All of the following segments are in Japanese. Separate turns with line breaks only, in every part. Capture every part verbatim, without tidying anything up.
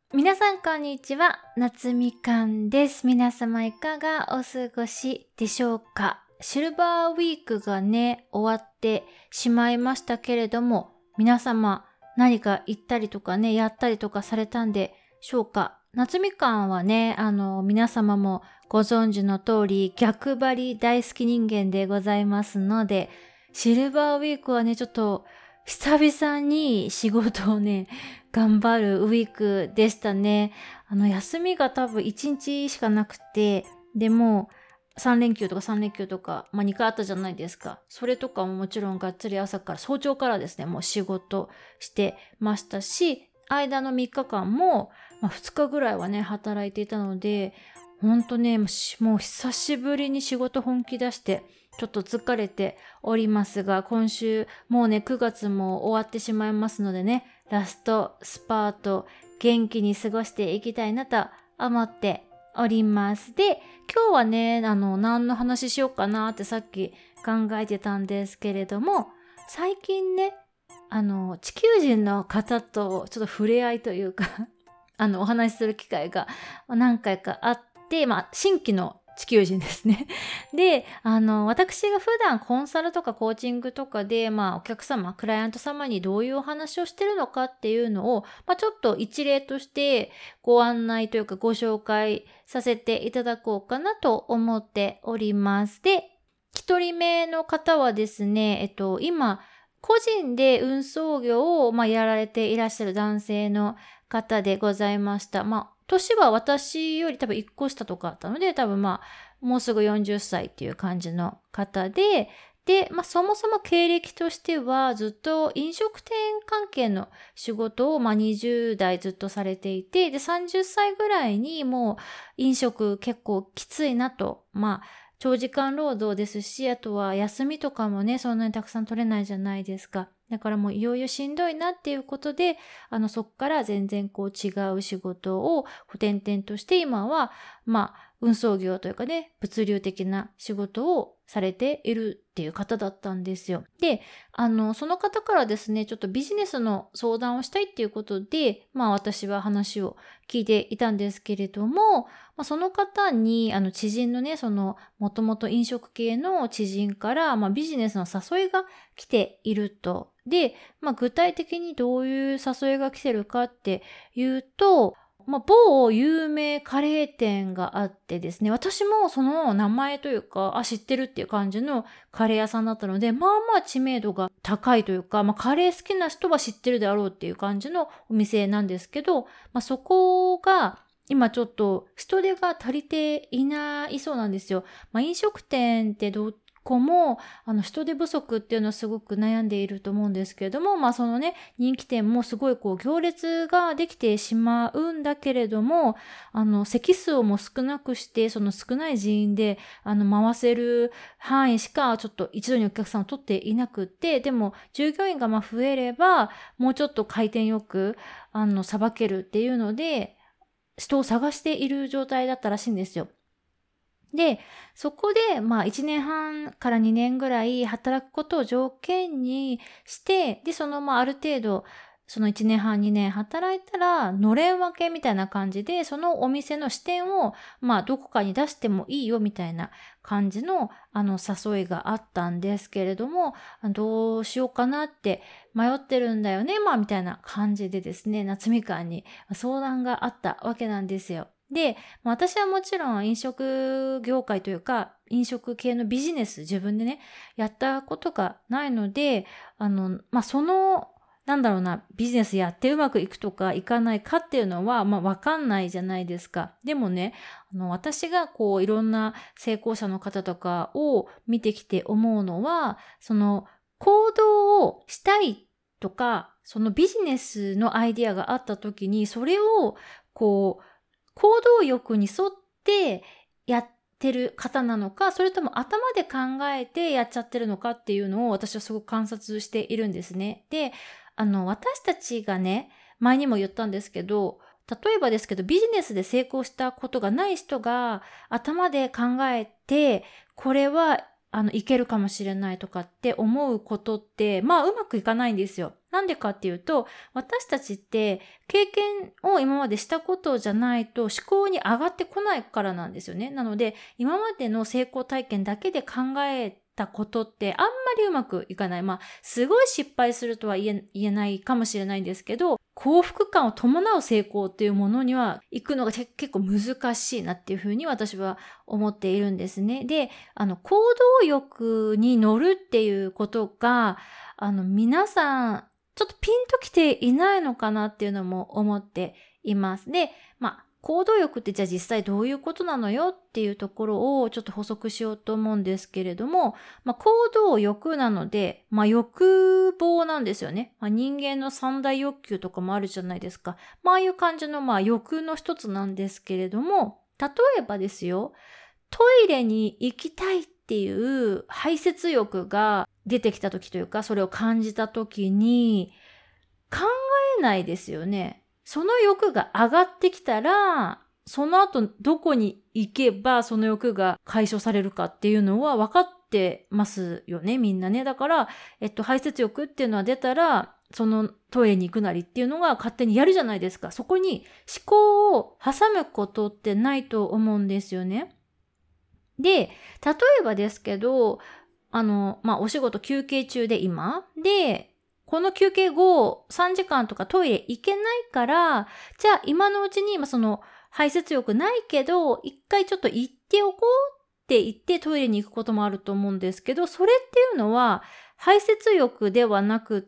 皆さんこんにちは、夏みかんです。皆様いかがお過ごしでしょうか。シルバーウィークがね、終わってしまいましたけれども、皆様何か行ったりとかね、やったりとかされたんでしょうか。夏みかんはね、あの、皆様もご存知の通り、逆張り大好き人間でございますので、シルバーウィークはね、ちょっと久々に仕事をね、頑張るウィークでしたね。あの、休みが多分いちにちしかなくて、でもさん連休とかさん連休とか、まあにかいあったじゃないですか。それとかももちろんがっつり朝から早朝からですね、もう仕事してましたし、間のみっかかんも、まあ、ふつかぐらいはね、働いていたので、ほんとね、もう久しぶりに仕事本気出して、ちょっと疲れておりますが、今週もうね、くがつも終わってしまいますのでね、ラストスパート元気に過ごしていきたいなと思っております。で、今日はね、あの、何の話しようかなってさっき考えてたんですけれども、最近ね、あの、地球人の方とちょっと触れ合いというか、あの、お話しする機会が何回かあって、まあ、新規の地球人ですね。で、あの、私が普段コンサルとかコーチングとかで、まあ、お客様、クライアント様にどういうお話をしてるのかっていうのを、まあ、ちょっと一例としてご案内というかご紹介させていただこうかなと思っております。で、一人目の方はですね、えっと、今、個人で運送業を、まあ、やられていらっしゃる男性の方でございました。まあ、年は私より多分いっこ下とかあったので、多分まあ、もうすぐよんじゅっさいっていう感じの方で、で、まあそもそも経歴としてはずっと飲食店関係の仕事をまあにじゅう代ずっとされていて、でさんじゅっさいぐらいにもう飲食結構きついなと、まあ長時間労働ですし、あとは休みとかもね、そんなにたくさん取れないじゃないですか。だからもういよいよしんどいなっていうことで、あのそっから全然こう違う仕事を転々として今は、まあ運送業というかね、物流的な仕事をされているっていう方だったんですよ。で、あの、その方からですね、ちょっとビジネスの相談をしたいっていうことで、まあ私は話を聞いていたんですけれども、まあ、その方に、あの、知人のね、その、もともと飲食系の知人から、まあビジネスの誘いが来ていると。で、まあ具体的にどういう誘いが来てるかっていうと、まあ、某有名カレー店があってですね、私もその名前というか、あ、知ってるっていう感じのカレー屋さんだったので、まあまあ知名度が高いというか、まあカレー好きな人は知ってるであろうっていう感じのお店なんですけど、まあそこが今ちょっと人手が足りていないそうなんですよ。まあ飲食店ってどうこも、あの、人手不足っていうのはすごく悩んでいると思うんですけれども、まあそのね、人気店もすごいこう行列ができてしまうんだけれども、あの、席数をも少なくして、その少ない人員で、あの、回せる範囲しかちょっと一度にお客さんを取っていなくって、でも従業員がまあ増えれば、もうちょっと回転よく、あの、さばけるっていうので、人を探している状態だったらしいんですよ。で、そこで、まあ、いちねんはんからにねんぐらい働くことを条件にして、で、その、まあ、ある程度、そのいちねんはん、にねん働いたら、のれん分けみたいな感じで、そのお店の支店を、まあ、どこかに出してもいいよ、みたいな感じの、あの、誘いがあったんですけれども、どうしようかなって迷ってるんだよね、まあ、みたいな感じでですね、夏みかんに相談があったわけなんですよ。で、私はもちろん飲食業界というか、飲食系のビジネス自分でね、やったことがないので、あの、まあ、その、なんだろうな、ビジネスやってうまくいくとかいかないかっていうのは、まあ、わかんないじゃないですか。でもね、あの、私がこう、いろんな成功者の方とかを見てきて思うのは、その、行動をしたいとか、そのビジネスのアイディアがあった時に、それを、こう、行動欲に沿ってやってる方なのか、それとも頭で考えてやっちゃってるのかっていうのを私はすごく観察しているんですね。で、あの、私たちがね、前にも言ったんですけど、例えばですけど、ビジネスで成功したことがない人が頭で考えて、これはあの、いけるかもしれないとかって思うことって、まあ、うまくいかないんですよ。なんでかっていうと、私たちって経験を今までしたことじゃないと思考に上がってこないからなんですよね。なので、今までの成功体験だけで考えたことってあんまりうまくいかない。まあ、すごい失敗するとは言え、言えないかもしれないんですけど、幸福感を伴う成功っていうものには行くのが結構難しいなっていうふうに私は思っているんですね。で、あの、行動欲に乗るっていうことが、あの、皆さん、ちょっとピンときていないのかなっていうのも思っています。で、まあ、行動欲ってじゃあ実際どういうことなのよっていうところをちょっと補足しようと思うんですけれども、まあ、行動欲なので、まあ、欲望なんですよね。まあ、人間の三大欲求とかもあるじゃないですか。まあ、ああいう感じのまあ欲の一つなんですけれども、例えばですよ、トイレに行きたいっていう排泄欲が出てきた時というか、それを感じた時に考えないですよね。その欲が上がってきたら、その後どこに行けばその欲が解消されるかっていうのは分かってますよね、みんなね。だから、えっと、排泄欲っていうのは出たら、そのトイレに行くなりっていうのが勝手にやるじゃないですか。そこに思考を挟むことってないと思うんですよね。で、例えばですけど、あの、まあ、お仕事休憩中で今、で、この休憩後さんじかんとかトイレ行けないから、じゃあ今のうちに今その排泄欲ないけど、一回ちょっと行っておこうって言ってトイレに行くこともあると思うんですけど、それっていうのは排泄欲ではなくって、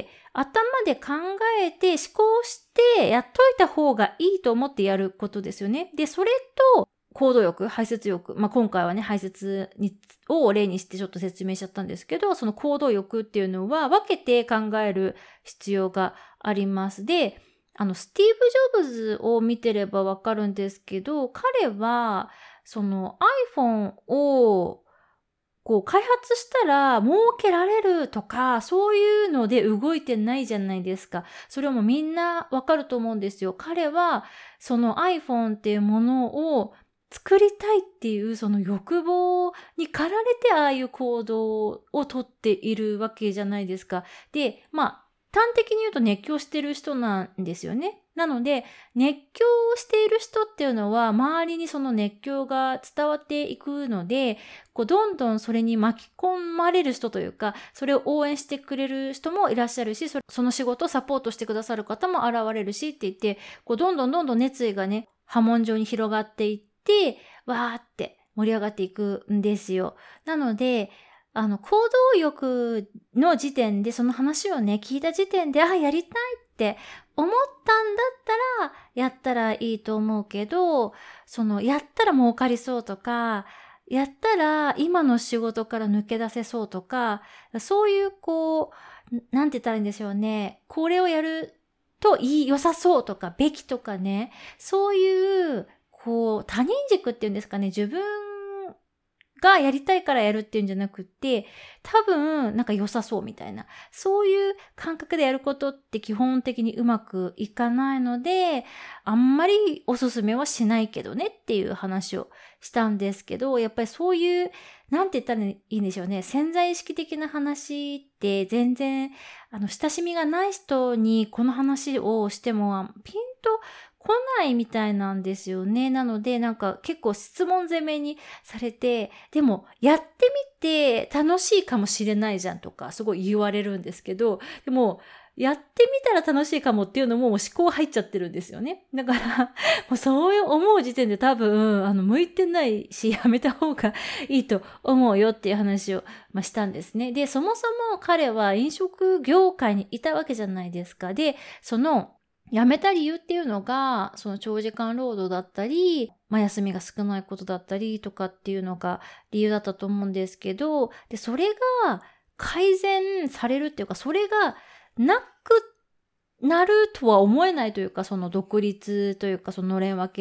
頭で考えて思考してやっといた方がいいと思ってやることですよね。で、それと、行動欲、排泄欲。まあ、今回はね、排泄にを例にしてちょっと説明しちゃったんですけど、その行動欲っていうのは分けて考える必要があります。で、あの、スティーブ・ジョブズを見てれば分かるんですけど、彼は、その iPhone をこう開発したら儲けられるとか、そういうので動いてないじゃないですか。それはもうみんなわかると思うんですよ。彼はその iPhone っていうものを作りたいっていうその欲望に駆られてああいう行動をとっているわけじゃないですか。で、まあ端的に言うと熱狂してる人なんですよね。なので、熱狂している人っていうのは、周りにその熱狂が伝わっていくので、こうどんどんそれに巻き込まれる人というか、それを応援してくれる人もいらっしゃるし、その仕事をサポートしてくださる方も現れるしって言って、こうどんどんどんどん熱意がね、波紋状に広がっていって、わーって盛り上がっていくんですよ。なので、あの、行動欲の時点で、その話をね、聞いた時点で、あ、やりたいって思ったんだったら、やったらいいと思うけど、その、やったら儲かりそうとか、やったら今の仕事から抜け出せそうとか、そういう、こう、なんて言ったらいいんでしょうね。これをやるといい、良さそうとか、べきとかね、そういう、こう、他人軸っていうんですかね、自分がやりたいからやるっていうんじゃなくって、多分なんか良さそうみたいな、そういう感覚でやることって基本的にうまくいかないので、あんまりおすすめはしないけどねっていう話をしたんですけど、やっぱりそういう、なんて言ったらいいんでしょうね、潜在意識的な話って全然、あの、親しみがない人にこの話をしてもピンと来ないみたいなんですよね。なので、なんか結構質問攻めにされて、でもやってみて楽しいかもしれないじゃんとかすごい言われるんですけど、でもやってみたら楽しいかもっていうのももう思考入っちゃってるんですよね。だからもうそういう思う時点で多分あの向いてないし、やめた方がいいと思うよっていう話を、まあ、したんですね。で、そもそも彼は飲食業界にいたわけじゃないですか。で、その辞めた理由っていうのが、その長時間労働だったり、まあ休みが少ないことだったりとかっていうのが理由だったと思うんですけど、で、それが改善されるっていうか、それがなくなるとは思えないというか、その独立というか、そののれん分け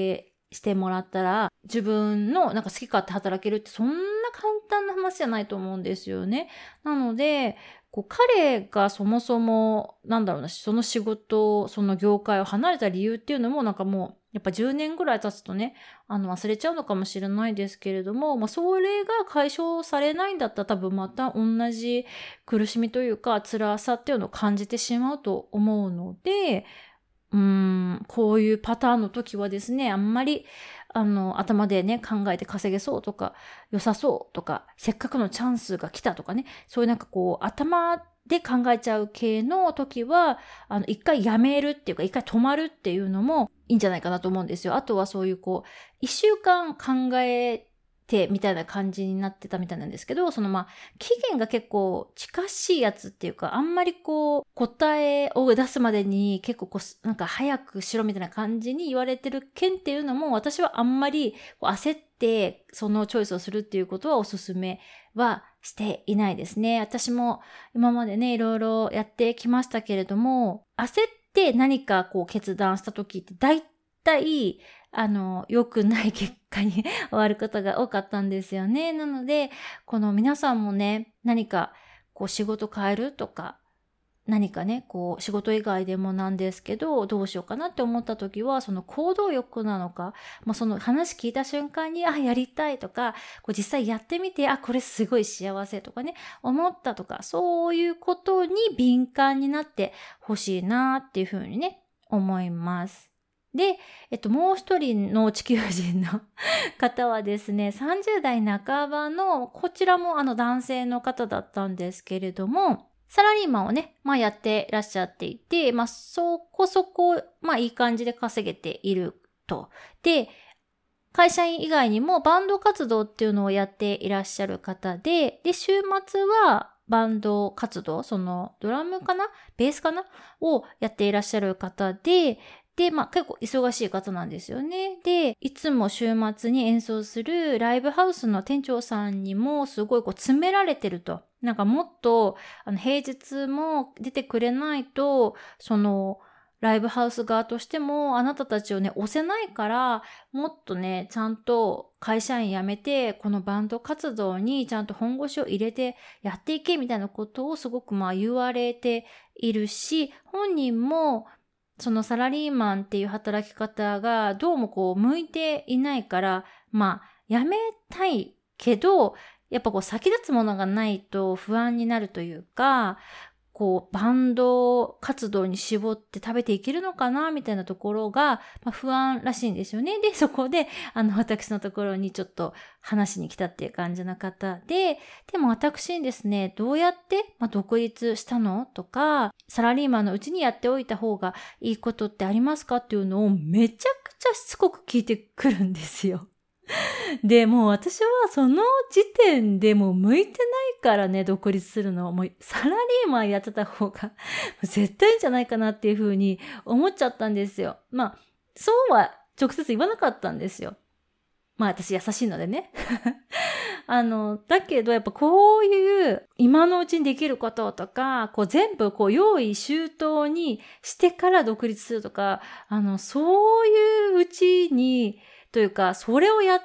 してもらったら、自分のなんか好き勝手働けるってそんな簡単な話じゃないと思うんですよね。なので、こう彼がそもそも、なんだろうな、その仕事、その業界を離れた理由っていうのもなんかもう、やっぱじゅうねんぐらい経つとね、あの忘れちゃうのかもしれないですけれども、まあそれが解消されないんだったら多分また同じ苦しみというか辛さっていうのを感じてしまうと思うので、うーん、こういうパターンの時はですね、あんまり、あの、頭でね、考えて稼げそうとか、良さそうとか、せっかくのチャンスが来たとかね、そういうなんかこう、頭で考えちゃう系の時は、あの、一回やめるっていうか、一回止まるっていうのもいいんじゃないかなと思うんですよ。あとはそういうこう、一週間考えてみたいな感じになってたみたいなんですけど、そのまあ、期限が結構近しいやつっていうか、あんまりこう、答えを出すまでに結構こう、なんか早くしろみたいな感じに言われてる件っていうのも、私はあんまりこう焦ってそのチョイスをするっていうことはおすすめはしていないですね。私も今までね、いろいろやってきましたけれども、焦って何かこう決断した時って大体、あの、良くない結果に終わることが多かったんですよね。なので、この皆さんもね、何かこう仕事変えるとか、何かね、こう仕事以外でもなんですけど、どうしようかなって思った時は、その行動欲なのか、まあ、その話聞いた瞬間に、あ、やりたいとか、こう実際やってみて、あ、これすごい幸せとかね、思ったとか、そういうことに敏感になってほしいなっていうふうにね、思います。で、えっと、もう一人の地球人の方はですね、さんじゅう代半ばの、こちらもあの男性の方だったんですけれども、サラリーマンをね、まあやってらっしゃっていて、まあそこそこ、まあいい感じで稼げていると。で、会社員以外にもバンド活動っていうのをやっていらっしゃる方で、で、週末はバンド活動、そのドラムかな？ベースかな？をやっていらっしゃる方で、で、まあ結構忙しい方なんですよね。で、いつも週末に演奏するライブハウスの店長さんにもすごいこう詰められてると。なんかもっとあの平日も出てくれないと、そのライブハウス側としてもあなたたちをね押せないから、もっとねちゃんと会社員辞めてこのバンド活動にちゃんと本腰を入れてやっていけみたいなことをすごくまあ言われているし、本人もそのサラリーマンっていう働き方がどうもこう向いていないから、まあ辞めたいけど、やっぱこう先立つものがないと不安になるというか、こうバンド活動に絞って食べていけるのかなみたいなところが、まあ、不安らしいんですよね。で、そこであの私のところにちょっと話しに来たっていう感じの方で、でも私にですね、どうやって、まあ、独立したのとか、サラリーマンのうちにやっておいた方がいいことってありますかっていうのをめちゃくちゃしつこく聞いてくるんですよ。で、もう私はその時点でもう向いてないからね、独立するの。もうサラリーマンやってた方が絶対いいんじゃないかなっていうふうに思っちゃったんですよ。まあ、そうは直接言わなかったんですよ。まあ私優しいのでね。あの、だけどやっぱこういう今のうちにできることとか、こう全部こう用意周到にしてから独立するとか、あの、そういううちに、というか、それをやって、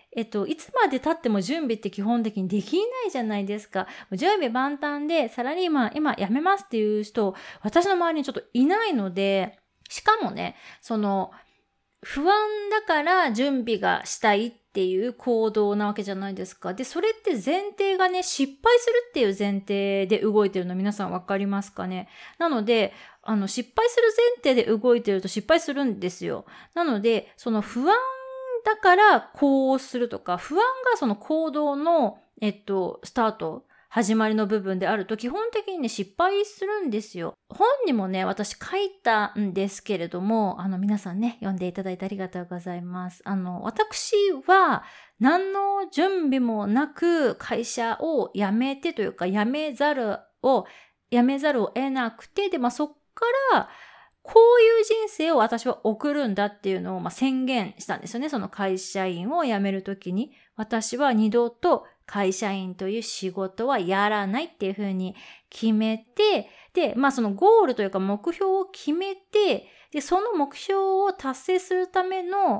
えっと、いつまで経っても準備って基本的にできないじゃないですか。準備万端でサラリーマン今辞めますっていう人、私の周りにちょっといないので、しかもね、その、不安だから準備がしたいっていう行動なわけじゃないですか。で、それって前提がね、失敗するっていう前提で動いてるの皆さんわかりますかね。なので、あの、失敗する前提で動いてると失敗するんですよ。なので、その不安だからこうするとか、不安がその行動の、えっと、スタート、始まりの部分であると基本的にね、失敗するんですよ。本にもね、私書いたんですけれども、あの皆さんね、読んでいただいてありがとうございます。あの、私は何の準備もなく会社を辞めてというか、辞めざるを、辞めざるを得なくて、で、まあそっから、こういう人生を私は送るんだっていうのをまあ宣言したんですよね。その会社員を辞めるときに、私は二度と会社員という仕事はやらないっていうふうに決めて、で、まあそのゴールというか目標を決めて、で、その目標を達成するための行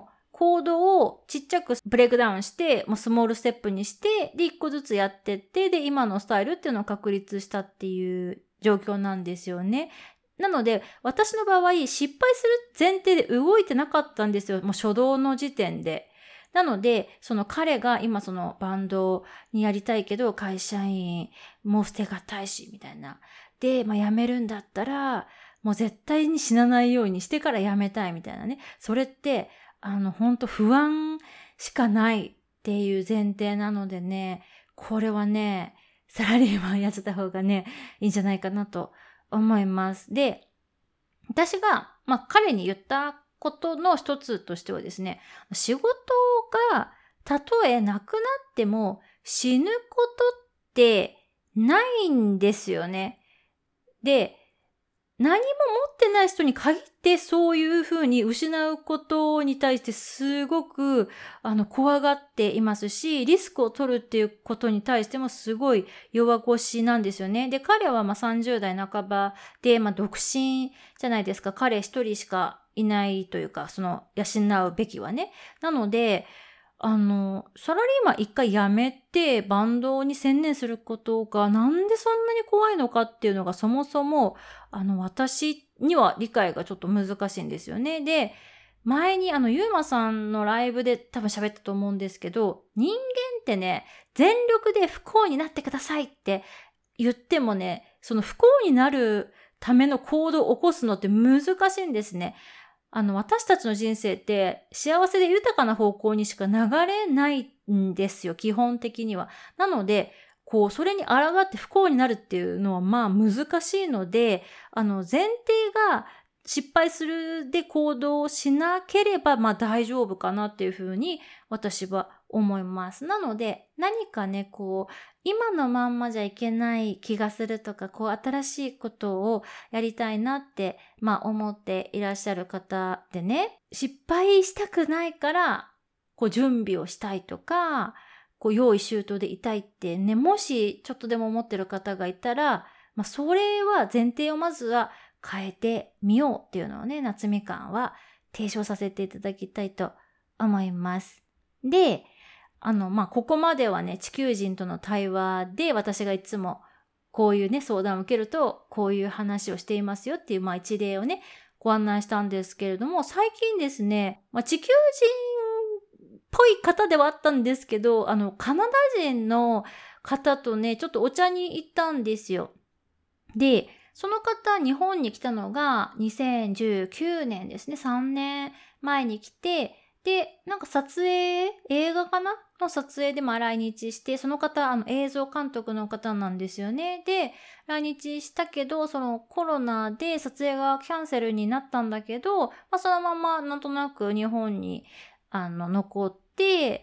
コードをちっちゃくブレイクダウンして、もうスモールステップにして、で、一個ずつやってって、で、今のスタイルっていうのを確立したっていう状況なんですよね。なので、私の場合、失敗する前提で動いてなかったんですよ。もう初動の時点で。なので、その彼が今そのバンドにやりたいけど、会社員もう捨てがたいし、みたいな。で、まあ辞めるんだったら、もう絶対に死なないようにしてから辞めたいみたいなね。それって、あの、ほんと不安しかないっていう前提なのでね、これはね、サラリーマンやってた方がね、いいんじゃないかなと思います。で、私が、まあ彼に言ったことの一つとしてはですね、仕事がたとえなくなっても死ぬことってないんですよね。で、何も持ってない人に限ってそういうふうに失うことに対してすごくあの怖がっていますし、リスクを取るっていうことに対してもすごい弱腰なんですよね。で、彼はまあさんじゅう代半ばで、まあ独身じゃないですか。彼一人しかいないというか、その養うべきはね。なので、あの、サラリーマン一回辞めてバンドに専念することがなんでそんなに怖いのかっていうのがそもそも、あの、私には理解がちょっと難しいんですよね。で、前にあの、ゆうまさんのライブで多分喋ったと思うんですけど、人間ってね、全力で不幸になってくださいって言ってもね、その不幸になるための行動を起こすのって難しいんですね。あの、私たちの人生って幸せで豊かな方向にしか流れないんですよ、基本的には。なので、こう、それに抗って不幸になるっていうのはまあ難しいので、あの、前提が失敗するで行動しなければまあ大丈夫かなっていうふうに私は思います。なので、何かね、こう、今のまんまじゃいけない気がするとか、こう新しいことをやりたいなって、まあ思っていらっしゃる方でね、失敗したくないから、こう準備をしたいとか、こう用意周到でいたいってね、もしちょっとでも思ってる方がいたら、まあそれは前提をまずは変えてみようっていうのをね、夏みかんは提唱させていただきたいと思います。で、あの、まあ、ここまではね、地球人との対話で私がいつもこういうね、相談を受けると、こういう話をしていますよっていう、まあ、一例をね、ご案内したんですけれども、最近ですね、まあ、地球人っぽい方ではあったんですけど、あの、カナダ人の方とね、ちょっとお茶に行ったんですよ。で、その方、日本に来たのがにせんじゅうきゅうねんですね、さんねんまえに来て、で、なんか撮影、映画かなの撮影でも来日して、その方、あの映像監督の方なんですよね。で、来日したけど、そのコロナで撮影がキャンセルになったんだけど、まあそのままなんとなく日本にあの残って、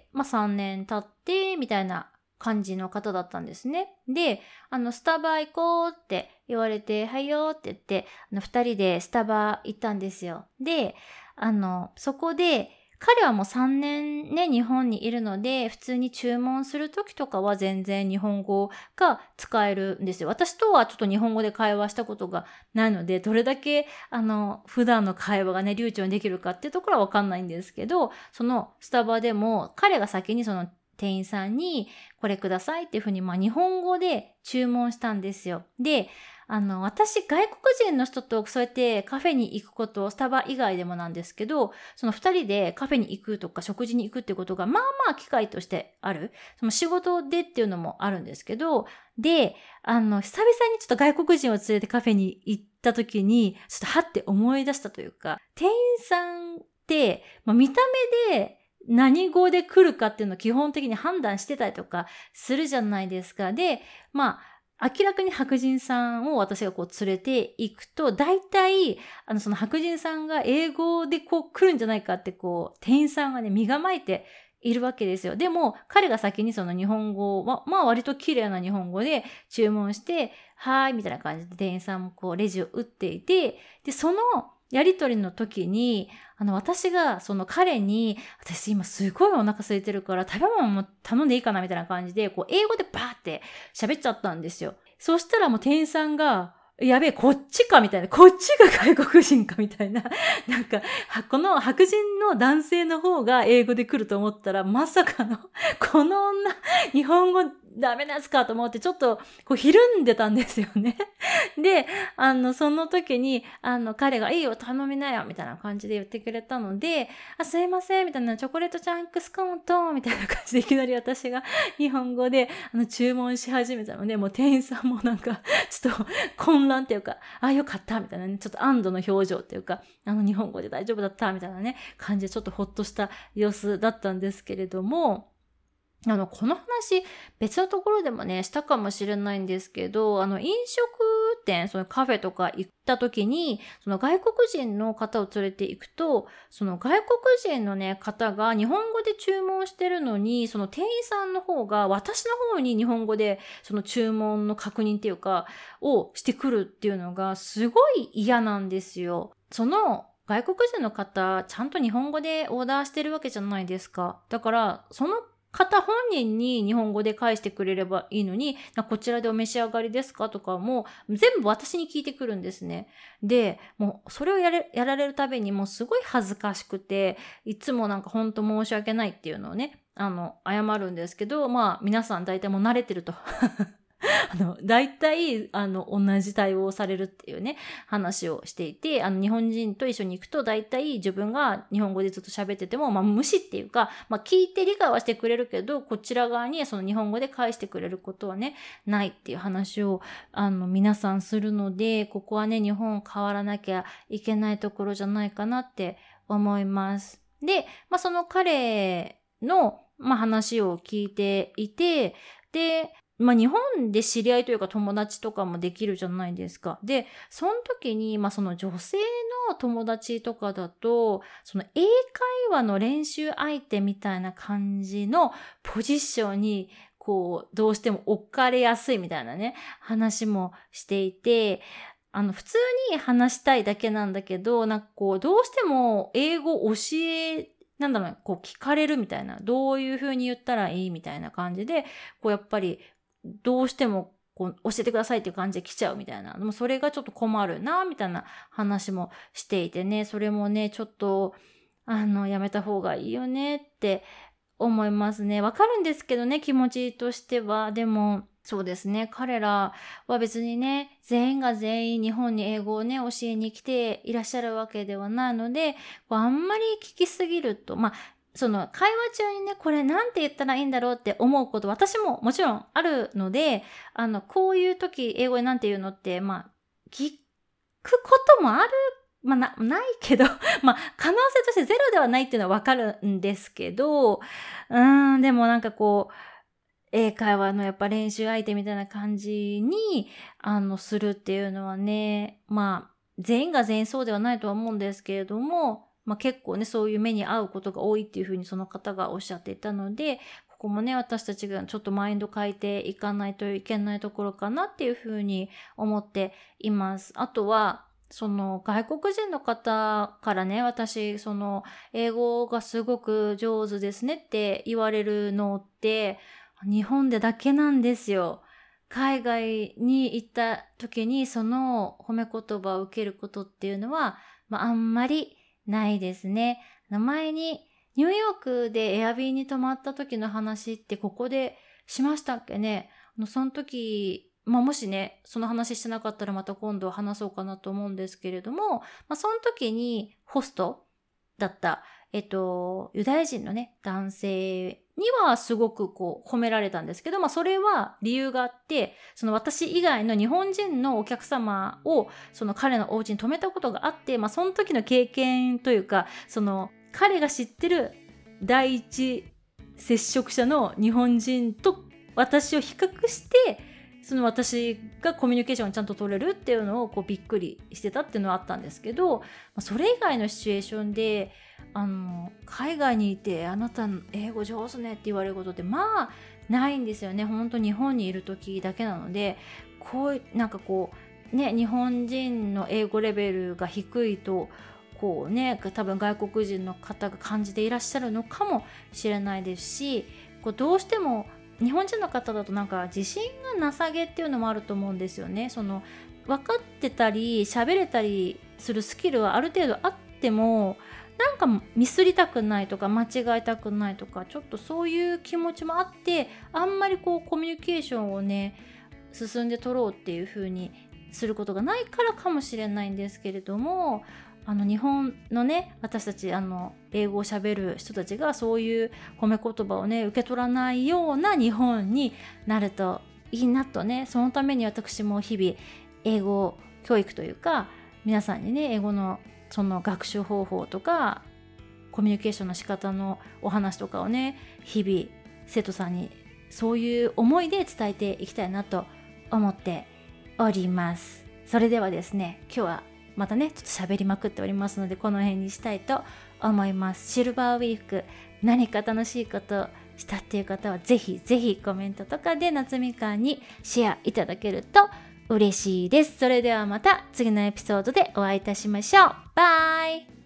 まあさんねん経って、みたいな感じの方だったんですね。で、あの、スタバ行こうって言われて、はいよって言って、あの、二人でスタバ行ったんですよ。で、あの、そこで、彼はもうさんねんね、日本にいるので、普通に注文するときとかは全然日本語が使えるんですよ。私とはちょっと日本語で会話したことがないので、どれだけ、あの、普段の会話がね、流暢にできるかっていうところはわかんないんですけど、そのスタバでも、彼が先にその店員さんに、これくださいっていうふうに、まあ、日本語で注文したんですよ。で、あの、私、外国人の人とそうやってカフェに行くこと、スタバ以外でもなんですけど、その二人でカフェに行くとか食事に行くっていうことが、まあまあ機会としてある。その仕事でっていうのもあるんですけど、で、あの、久々にちょっと外国人を連れてカフェに行った時に、ちょっとはって思い出したというか、店員さんって、まあ、見た目で、何語で来るかっていうのを基本的に判断してたりとかするじゃないですか。で、まあ、明らかに白人さんを私がこう連れて行くと、大体、あの、その白人さんが英語でこう来るんじゃないかってこう、店員さんがね、身構えているわけですよ。でも、彼が先にその日本語を、ま、まあ割と綺麗な日本語で注文して、はーい、みたいな感じで店員さんもこう、レジを打っていて、で、その、やりとりの時に、あの、私がその彼に、私今すごいお腹空いてるから食べ物も頼んでいいかなみたいな感じで、こう、英語でバーって喋っちゃったんですよ。そしたらもう店員さんが、 やべえ、こっちかみたいな。こっちが外国人かみたいな。なんか、この白人の男性の方が英語で来ると思ったら、まさかの、この女、日本語ダメなやつかと思って、ちょっと、こう、ひるんでたんですよね。で、あの、その時に、あの、彼が、いいよ、頼みなよ、みたいな感じで言ってくれたので、あ、すいません、みたいな、チョコレートチャンクスコーンと、みたいな感じで、いきなり私が日本語で、あの、注文し始めたので、もう店員さんもなんか、ちょっと、混乱っていうか、あ、よかった、みたいなね、ちょっと安堵の表情っていうか、あの、日本語で大丈夫だった、みたいなね、感じで、ちょっとほっとした様子だったんですけれども、あの、この話、別のところでもね、したかもしれないんですけど、あの、飲食店、そのカフェとか行った時に、その外国人の方を連れて行くと、その外国人のね、方が日本語で注文してるのに、その店員さんの方が私の方に日本語でその注文の確認っていうか、をしてくるっていうのがすごい嫌なんですよ。その、外国人の方、ちゃんと日本語でオーダーしてるわけじゃないですか。だから、その方本人に日本語で返してくれればいいのに、こちらでお召し上がりですかとかも全部私に聞いてくるんですね。で、もうそれをやれ、やられるたびにもうすごい恥ずかしくて、いつもなんか本当申し訳ないっていうのをね、あの、謝るんですけど、まあ皆さん大体もう慣れてると。あの、大体、あの、同じ対応をされるっていうね、話をしていて、あの、日本人と一緒に行くと、大体自分が日本語でずっと喋ってても、まあ、無視っていうか、まあ、聞いて理解はしてくれるけど、こちら側にその日本語で返してくれることはね、ないっていう話を、あの、皆さんするので、ここはね、日本変わらなきゃいけないところじゃないかなって思います。で、まあ、その彼の、まあ、話を聞いていて、で、まあ日本で知り合いというか友達とかもできるじゃないですか。で、その時に、まあその女性の友達とかだと、その英会話の練習相手みたいな感じのポジションに、こう、どうしても置かれやすいみたいなね、話もしていて、あの、普通に話したいだけなんだけど、なんかこう、どうしても英語教え、なんだろう、こう聞かれるみたいな、どういう風に言ったらいいみたいな感じで、こうやっぱり、どうしてもこう教えてくださいっていう感じで来ちゃうみたいな。でもそれがちょっと困るな、みたいな話もしていてね、それもね、ちょっと、あの、やめた方がいいよねって思いますね。わかるんですけどね、気持ちとしては。でも、そうですね、彼らは別にね、全員が全員日本に英語をね、教えに来ていらっしゃるわけではないので、こうあんまり聞きすぎると、まあ、その会話中にね、これなんて言ったらいいんだろうって思うこと、私ももちろんあるので、あの、こういう時、英語でなんて言うのって、まあ、聞くこともある、まあ、な、ないけど、まあ、可能性としてゼロではないっていうのはわかるんですけど、うーん、でもなんかこう、英会話のやっぱ練習相手みたいな感じに、あの、するっていうのはね、まあ、全員が全員そうではないとは思うんですけれども、まあ結構ね、そういう目に遭うことが多いっていうふうにその方がおっしゃっていたので、ここもね、私たちがちょっとマインド変えていかないといけないところかなっていうふうに思っています。あとは、その外国人の方からね、私、その英語がすごく上手ですねって言われるのって、日本でだけなんですよ。海外に行った時にその褒め言葉を受けることっていうのは、まあ、あんまりないですね。前にニューヨークでエアビーに泊まった時の話ってここでしましたっけね。あのその時、まあ、もしね、その話してなかったらまた今度話そうかなと思うんですけれども、まあ、その時にホストだった、えっと、ユダヤ人のね、男性にはすごくこう褒められたんですけど、まあそれは理由があって、その私以外の日本人のお客様をその彼のお家に泊めたことがあって、まあその時の経験というか、その彼が知ってる第一接触者の日本人と私を比較して、その私がコミュニケーションをちゃんと取れるっていうのをこうびっくりしてたっていうのはあったんですけど、それ以外のシチュエーションであの海外にいてあなた英語上手ねって言われることってまあないんですよね。本当日本にいる時だけなので、こうなんかこうね、日本人の英語レベルが低いとこうね、多分外国人の方が感じていらっしゃるのかもしれないですし、こうどうしても日本人の方だとなんか自信がなさげっていうのもあると思うんですよね。その分かってたり喋れたりするスキルはある程度あっても、なんかミスりたくないとか間違えたくないとか、ちょっとそういう気持ちもあって、あんまりこうコミュニケーションをね進んで取ろうっていう風にすることがないからかもしれないんですけれども、あの日本のね、私たちあの英語を喋る人たちがそういう褒め言葉をね受け取らないような日本になるといいなとね、そのために私も日々英語教育というか、皆さんにね英語のその学習方法とかコミュニケーションの仕方のお話とかをね、日々生徒さんにそういう思いで伝えていきたいなと思っております。それではですね、今日はまたねちょっと喋りまくっておりますので、この辺にしたいと思います。シルバーウィーク何か楽しいことしたっていう方はぜひぜひコメントとかで夏みかんにシェアいただけると嬉しいです。それではまた次のエピソードでお会いいたしましょう。バイ。